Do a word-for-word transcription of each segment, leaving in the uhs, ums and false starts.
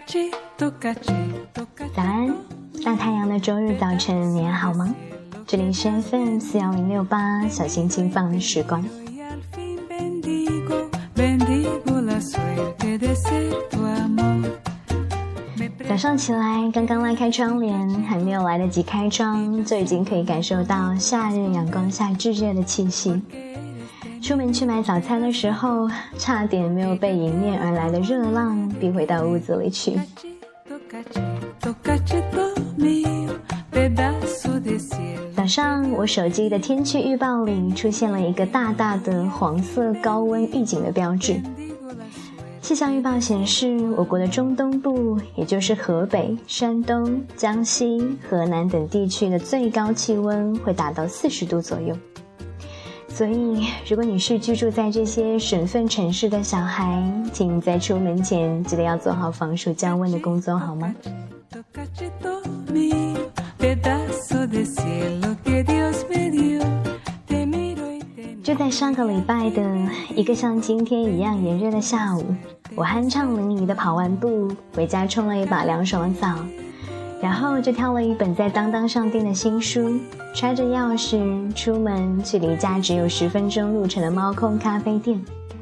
早安，大太阳的周日早晨，你还好吗？这里是 F M 四一零六八小心轻放的时光。早上起来，刚刚拉开窗帘，还没有来得及开窗，就已经可以感受到夏日阳光下炙热的气息。出门去买早餐的时候，差点没有被迎面而来的热浪逼回到屋子里去。早上我手机的天气预报里出现了一个大大的黄色高温预警的标志。气象预报显示，我国的中东部，也就是河北、山东、江西、河南等地区的最高气温会达到四十度左右。所以如果你是居住在这些省份城市的小孩，请你在出门前记得要做好防暑降温的工作，好吗？就在上个礼拜的一个像今天一样炎热的下午，我酣畅淋漓的跑完步，回家冲了一把凉爽的澡，然后就挑了一本在当当上订的新书，揣着钥匙出门去离家只有十分钟路程的猫空咖啡店。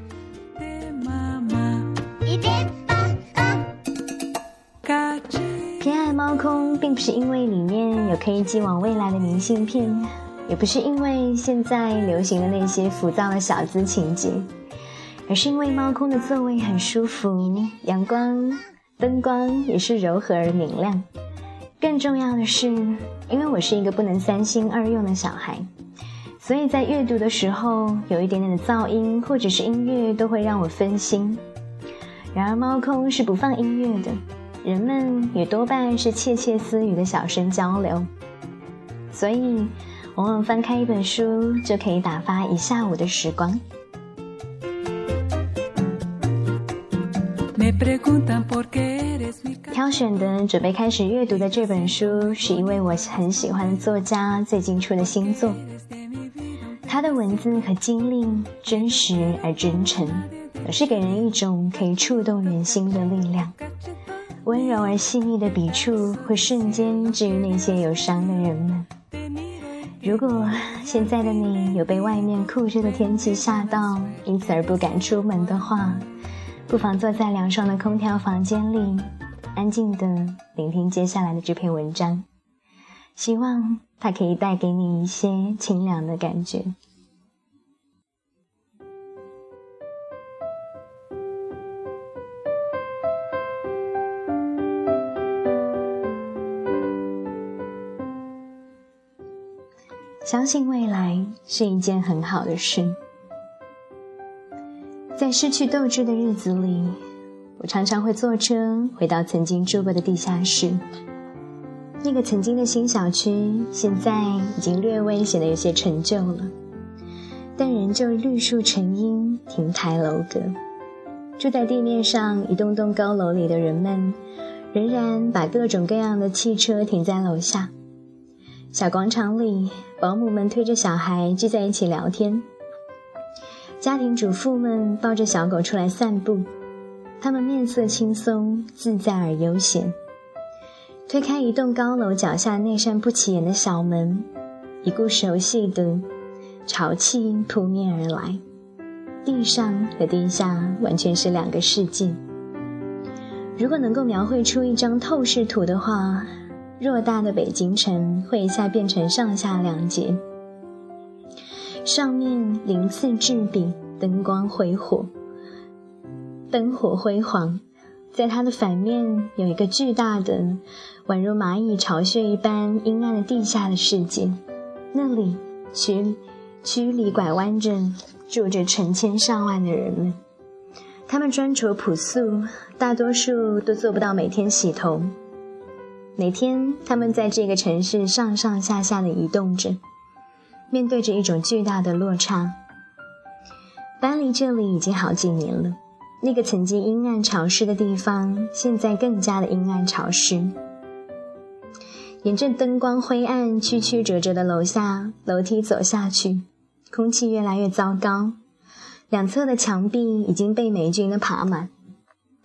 偏爱猫空并不是因为里面有可以寄往未来的明信片，也不是因为现在流行的那些浮躁的小资情节，而是因为猫空的座位很舒服，阳光灯光也是柔和而明亮。更重要的是，因为我是一个不能三心二用的小孩，所以在阅读的时候有一点点的噪音或者是音乐都会让我分心。然而猫空是不放音乐的，人们也多半是窃窃私语的小声交流，所以往往翻开一本书就可以打发一下午的时光。挑选的准备开始阅读的这本书，是一位我很喜欢的作家最近出的新作。他的文字和经历真实而真诚，而是给人一种可以触动人心的力量。温柔而细腻的笔触会瞬间治愈那些有伤的人们。如果现在的你有被外面酷热的天气吓到，因此而不敢出门的话，不妨坐在凉爽的空调房间里，安静地聆听接下来的这篇文章，希望它可以带给你一些清凉的感觉。相信未来是一件很好的事。在失去斗志的日子里，我常常会坐车回到曾经住过的地下室。那个曾经的新小区现在已经略微显得有些陈旧了，但仍旧绿树成荫，亭台楼阁。住在地面上一栋栋高楼里的人们，仍然把各种各样的汽车停在楼下。小广场里，保姆们推着小孩聚在一起聊天，家庭主妇们抱着小狗出来散步，他们面色轻松，自在而悠闲。推开一栋高楼脚下那扇不起眼的小门，一股熟悉的潮气扑面而来，地上和地下完全是两个世界。如果能够描绘出一张透视图的话，偌大的北京城会一下变成上下两截，上面鳞次栉比，灯光辉火，灯火辉煌。在它的反面有一个巨大的宛如蚂蚁巢穴一般阴暗的地下的世界，那里曲曲里拐弯着住着成千上万的人们，他们穿着朴素，大多数都做不到每天洗头。每天他们在这个城市上上下下的移动着，面对着一种巨大的落差。搬离这里已经好几年了，那个曾经阴暗潮湿的地方现在更加的阴暗潮湿。沿着灯光灰暗曲曲折折的楼下楼梯走下去，空气越来越糟糕，两侧的墙壁已经被霉菌的爬满，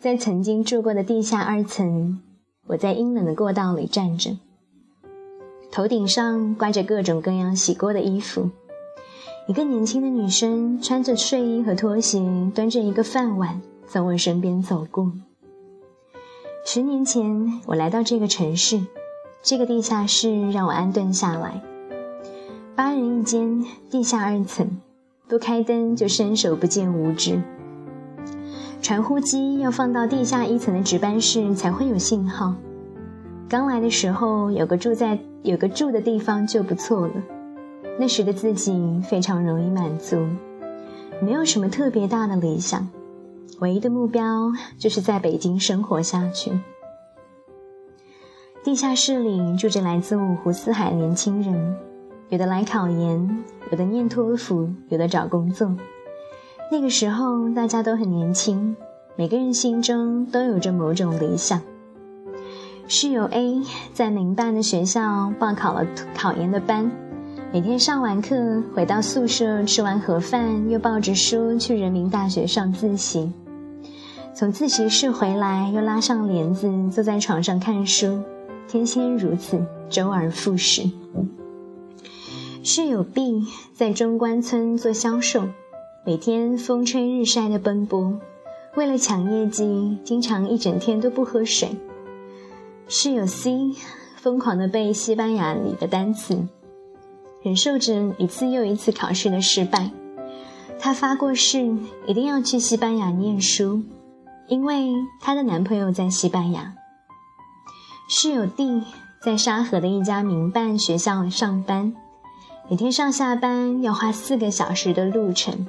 在曾经住过的地下二层，我在阴冷的过道里站着，头顶上挂着各种各样洗过的衣服。一个年轻的女生穿着睡衣和拖鞋，端着一个饭碗从我身边走过。十年前我来到这个城市，这个地下室让我安顿下来。八人一间，地下二层，不开灯就伸手不见五指。传呼机要放到地下一层的值班室才会有信号。刚来的时候，有个住在有个住的地方就不错了。那时的自己非常容易满足，没有什么特别大的理想，唯一的目标就是在北京生活下去。地下室里住着来自五湖四海的年轻人，有的来考研，有的念托福，有的找工作。那个时候大家都很年轻，每个人心中都有着某种理想。室友 A 在民办的学校报考了考研的班，每天上完课回到宿舍，吃完盒饭又抱着书去人民大学上自习，从自习室回来又拉上帘子坐在床上看书，天天如此，周而复始。室友 B 在中关村做销售，每天风吹日晒的奔波，为了抢业绩，经常一整天都不喝水。室友 C 疯狂地背西班牙语的单词，忍受着一次又一次考试的失败。她发过誓，一定要去西班牙念书，因为她的男朋友在西班牙。室友 D 在沙河的一家民办学校上班，每天上下班要花四个小时的路程。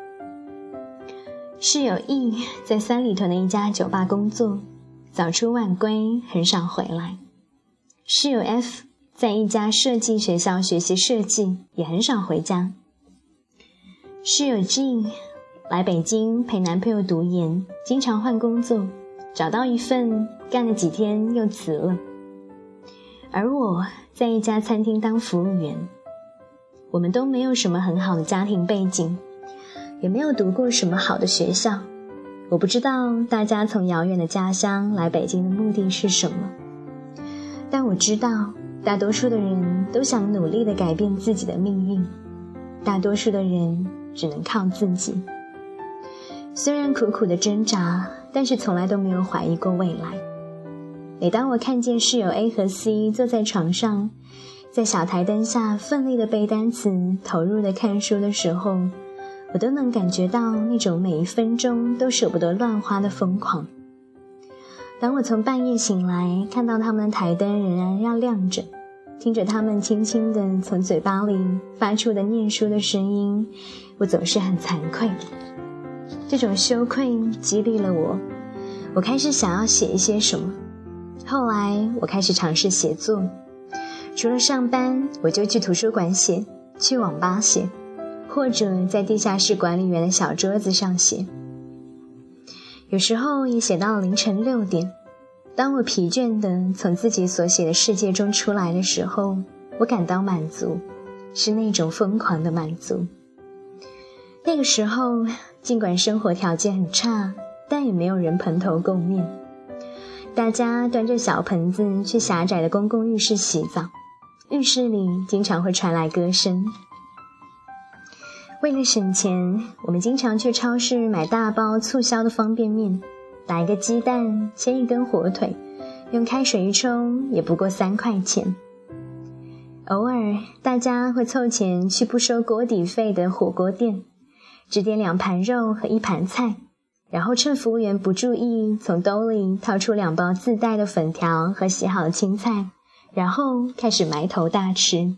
室友 E 在三里屯的一家酒吧工作，早出晚归，很少回来。室友 F 在一家设计学校学习设计，也很少回家。室友 G 来北京陪男朋友读研，经常换工作，找到一份干了几天又辞了。而我在一家餐厅当服务员。我们都没有什么很好的家庭背景，也没有读过什么好的学校。我不知道大家从遥远的家乡来北京的目的是什么，但我知道大多数的人都想努力地改变自己的命运，大多数的人只能靠自己。虽然苦苦的挣扎，但是从来都没有怀疑过未来。每当我看见室友 A 和 C 坐在床上，在小台灯下奋力地背单词，投入地看书的时候，我都能感觉到那种每一分钟都舍不得乱花的疯狂。当我从半夜醒来，看到他们的台灯仍然要亮着，听着他们轻轻地从嘴巴里发出的念书的声音，我总是很惭愧。这种羞愧激励了我，我开始想要写一些什么。后来我开始尝试写作，除了上班，我就去图书馆写，去网吧写，或者在地下室管理员的小桌子上写。有时候也写到凌晨六点。当我疲倦地从自己所写的世界中出来的时候，我感到满足，是那种疯狂的满足。那个时候，尽管生活条件很差，但也没有人蓬头垢面。大家端着小盆子去狭窄的公共浴室洗澡，浴室里经常会传来歌声。为了省钱，我们经常去超市买大包促销的方便面，打一个鸡蛋，切一根火腿，用开水一冲，也不过三块钱。偶尔大家会凑钱去不收锅底费的火锅店，只点两盘肉和一盘菜，然后趁服务员不注意，从兜里掏出两包自带的粉条和洗好的青菜，然后开始埋头大吃。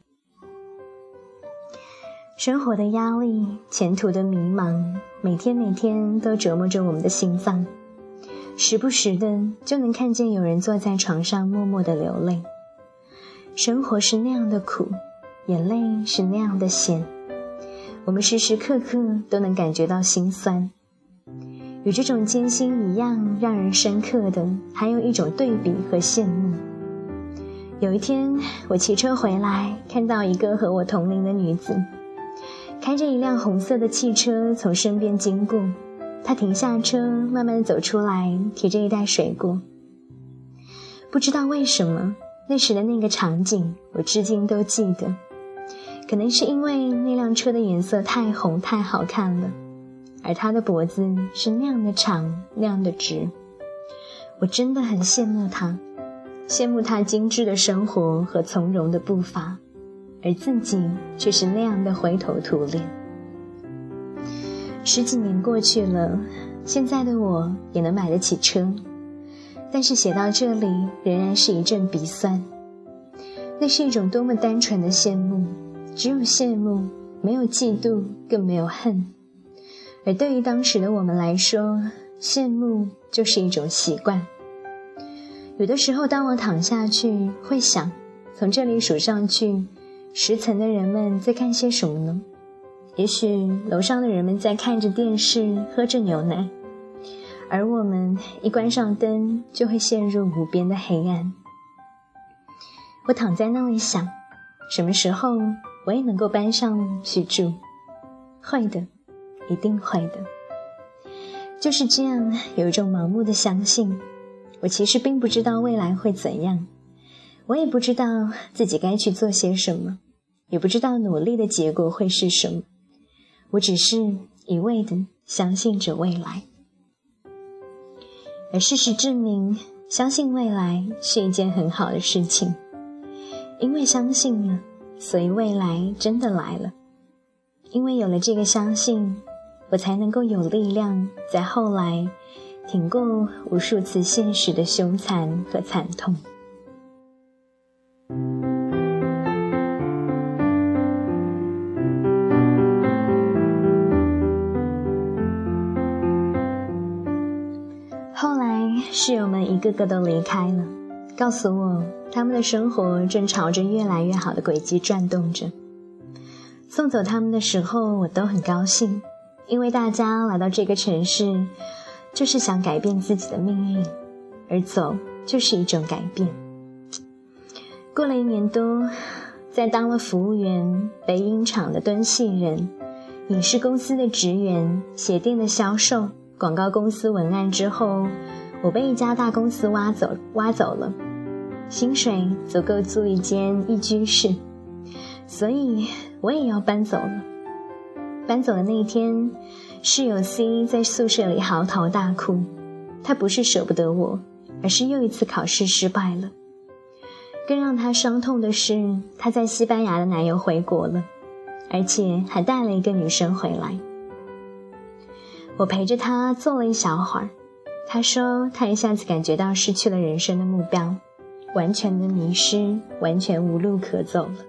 生活的压力，前途的迷茫，每天每天都折磨着我们的心脏，时不时的就能看见有人坐在床上默默地流泪。生活是那样的苦，眼泪是那样的咸，我们时时刻刻都能感觉到心酸。与这种艰辛一样让人深刻的，还有一种对比和羡慕。有一天，我骑车回来，看到一个和我同龄的女子，开着一辆红色的汽车从身边经过， 他停下车，慢慢走出来，提着一袋水果。不知道为什么，那时的那个场景我至今都记得，可能是因为那辆车的颜色太红太好看了，而他的脖子是那样的长，那样的直。我真的很羡慕他，羡慕他精致的生活和从容的步伐，而自己却是那样的灰头土脸。十几年过去了，现在的我也能买得起车，但是写到这里仍然是一阵鼻酸。那是一种多么单纯的羡慕，只有羡慕，没有嫉妒，更没有恨。而对于当时的我们来说，羡慕就是一种习惯。有的时候当我躺下去，会想从这里数上去，十层的人们在干些什么呢？也许楼上的人们在看着电视，喝着牛奶，而我们一关上灯就会陷入无边的黑暗。我躺在那里想，什么时候我也能够搬上去住？会的，一定会的。就是这样，有一种盲目的相信。我其实并不知道未来会怎样，我也不知道自己该去做些什么，也不知道努力的结果会是什么。我只是一味地相信着未来。而事实证明，相信未来是一件很好的事情。因为相信了，所以未来真的来了。因为有了这个相信，我才能够有力量在后来挺过无数次现实的凶残和惨痛。后来室友们一个个都离开了，告诉我他们的生活正朝着越来越好的轨迹转动着。送走他们的时候，我都很高兴，因为大家来到这个城市就是想改变自己的命运，而走就是一种改变。过了一年多，在当了服务员、北影厂的蹲戏人、影视公司的职员、鞋店的销售、广告公司文案之后，我被一家大公司挖走挖走了，薪水足够租一间一居室，所以我也要搬走了。搬走的那一天，室友 C 在宿舍里嚎啕大哭，他不是舍不得我，而是又一次考试失败了。更让他伤痛的是，他在西班牙的男友回国了，而且还带了一个女生回来。我陪着他坐了一小会儿，他说他一下子感觉到失去了人生的目标，完全的迷失，完全无路可走了。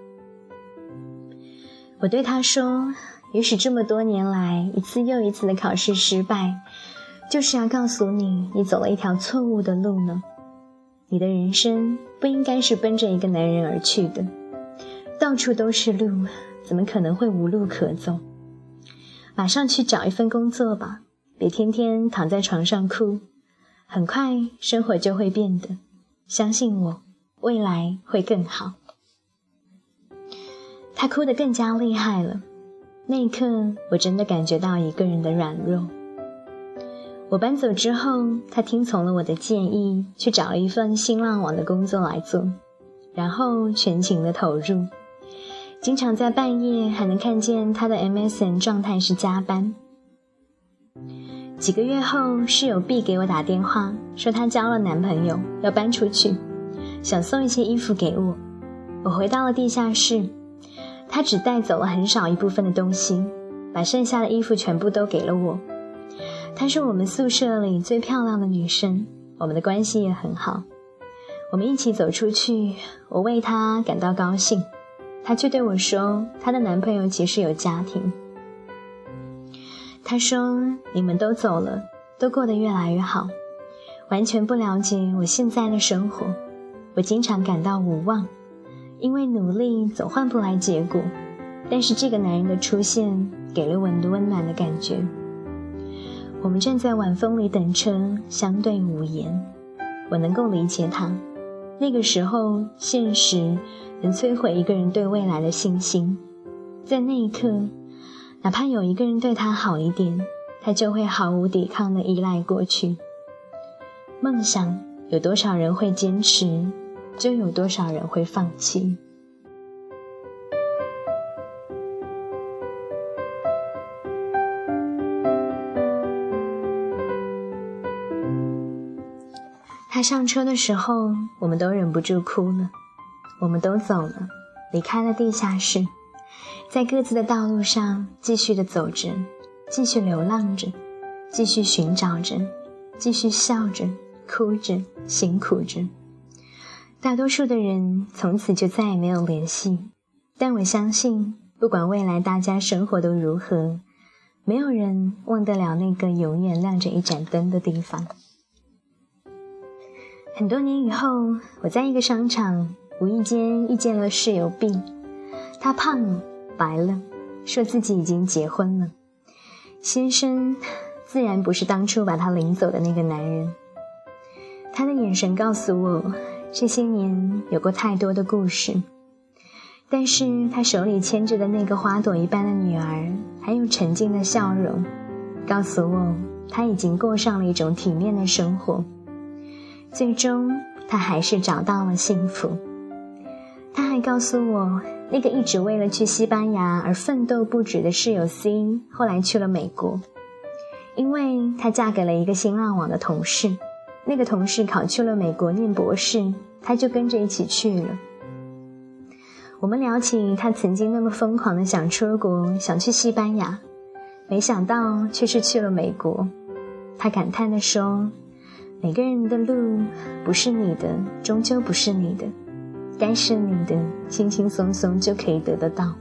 我对他说，也许这么多年来一次又一次的考试失败，就是要告诉你，你走了一条错误的路呢。你的人生不应该是奔着一个男人而去的，到处都是路，怎么可能会无路可走？马上去找一份工作吧，别天天躺在床上哭，很快生活就会变的，相信我，未来会更好。他哭得更加厉害了，那一刻我真的感觉到一个人的软弱。我搬走之后，他听从了我的建议，去找了一份新浪网的工作来做，然后全情的投入，经常在半夜还能看见他的 M S N 状态是加班。几个月后，室友 B 给我打电话，说她交了男朋友，要搬出去，想送一些衣服给我。我回到了地下室，他只带走了很少一部分的东西，把剩下的衣服全部都给了我。她是我们宿舍里最漂亮的女生，我们的关系也很好。我们一起走出去，我为她感到高兴，她却对我说，她的男朋友其实有家庭。她说，你们都走了，都过得越来越好，完全不了解我现在的生活。我经常感到无望，因为努力总换不来结果，但是这个男人的出现给了我温暖的感觉。我们站在晚风里等车，相对无言。我能够理解他，那个时候现实能摧毁一个人对未来的信心。在那一刻，哪怕有一个人对他好一点， 他就会毫无抵抗地依赖过去。梦想有多少人会坚持，就有多少人会放弃。他上车的时候，我们都忍不住哭了。我们都走了，离开了地下室，在各自的道路上继续的走着，继续流浪着，继续寻找着，继续笑着，哭着，辛苦着。大多数的人从此就再也没有联系，但我相信，不管未来大家生活都如何，没有人忘得了那个永远亮着一盏灯的地方。很多年以后，我在一个商场无意间遇见了室友 B， 他胖了，白了，说自己已经结婚了。先生自然不是当初把他领走的那个男人。他的眼神告诉我，这些年有过太多的故事，但是他手里牵着的那个花朵一般的女儿，还有沉静的笑容，告诉我他已经过上了一种体面的生活。最终他还是找到了幸福。他还告诉我，那个一直为了去西班牙而奋斗不止的室友 C 后来去了美国，因为她嫁给了一个新浪网的同事，那个同事考去了美国念博士，她就跟着一起去了。我们聊起她曾经那么疯狂的想出国，想去西班牙，没想到却是去了美国。她感叹地说，每个人的路不是你的，终究不是你的，该是你的，轻轻松松就可以得得到。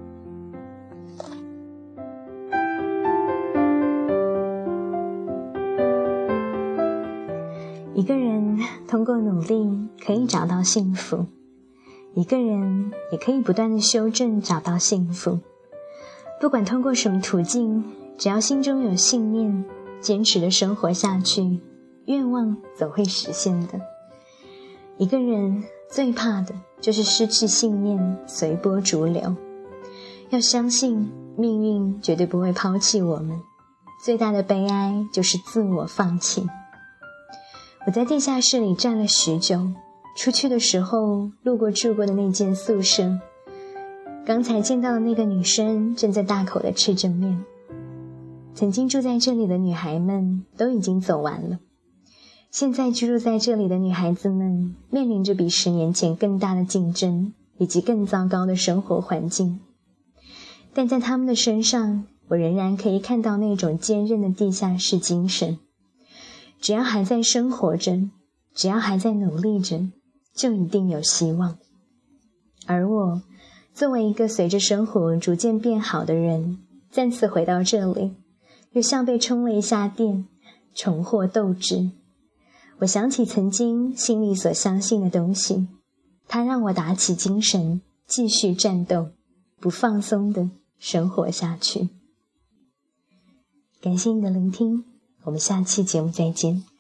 一个人通过努力可以找到幸福，一个人也可以不断的修正找到幸福。不管通过什么途径，只要心中有信念，坚持的生活下去，愿望总会实现的。一个人最怕的就是失去信念，随波逐流。要相信命运绝对不会抛弃我们，最大的悲哀就是自我放弃。我在地下室里站了许久，出去的时候路过住过的那间宿舍，刚才见到的那个女生正在大口地吃着面。曾经住在这里的女孩们都已经走完了，现在居住在这里的女孩子们面临着比十年前更大的竞争，以及更糟糕的生活环境。但在她们的身上，我仍然可以看到那种坚韧的地下室精神。只要还在生活着，只要还在努力着，就一定有希望。而我，作为一个随着生活逐渐变好的人，再次回到这里，又像被充了一下电，重获斗志。我想起曾经心里所相信的东西，它让我打起精神，继续战斗，不放松地生活下去。感谢你的聆听，我们下期节目再见。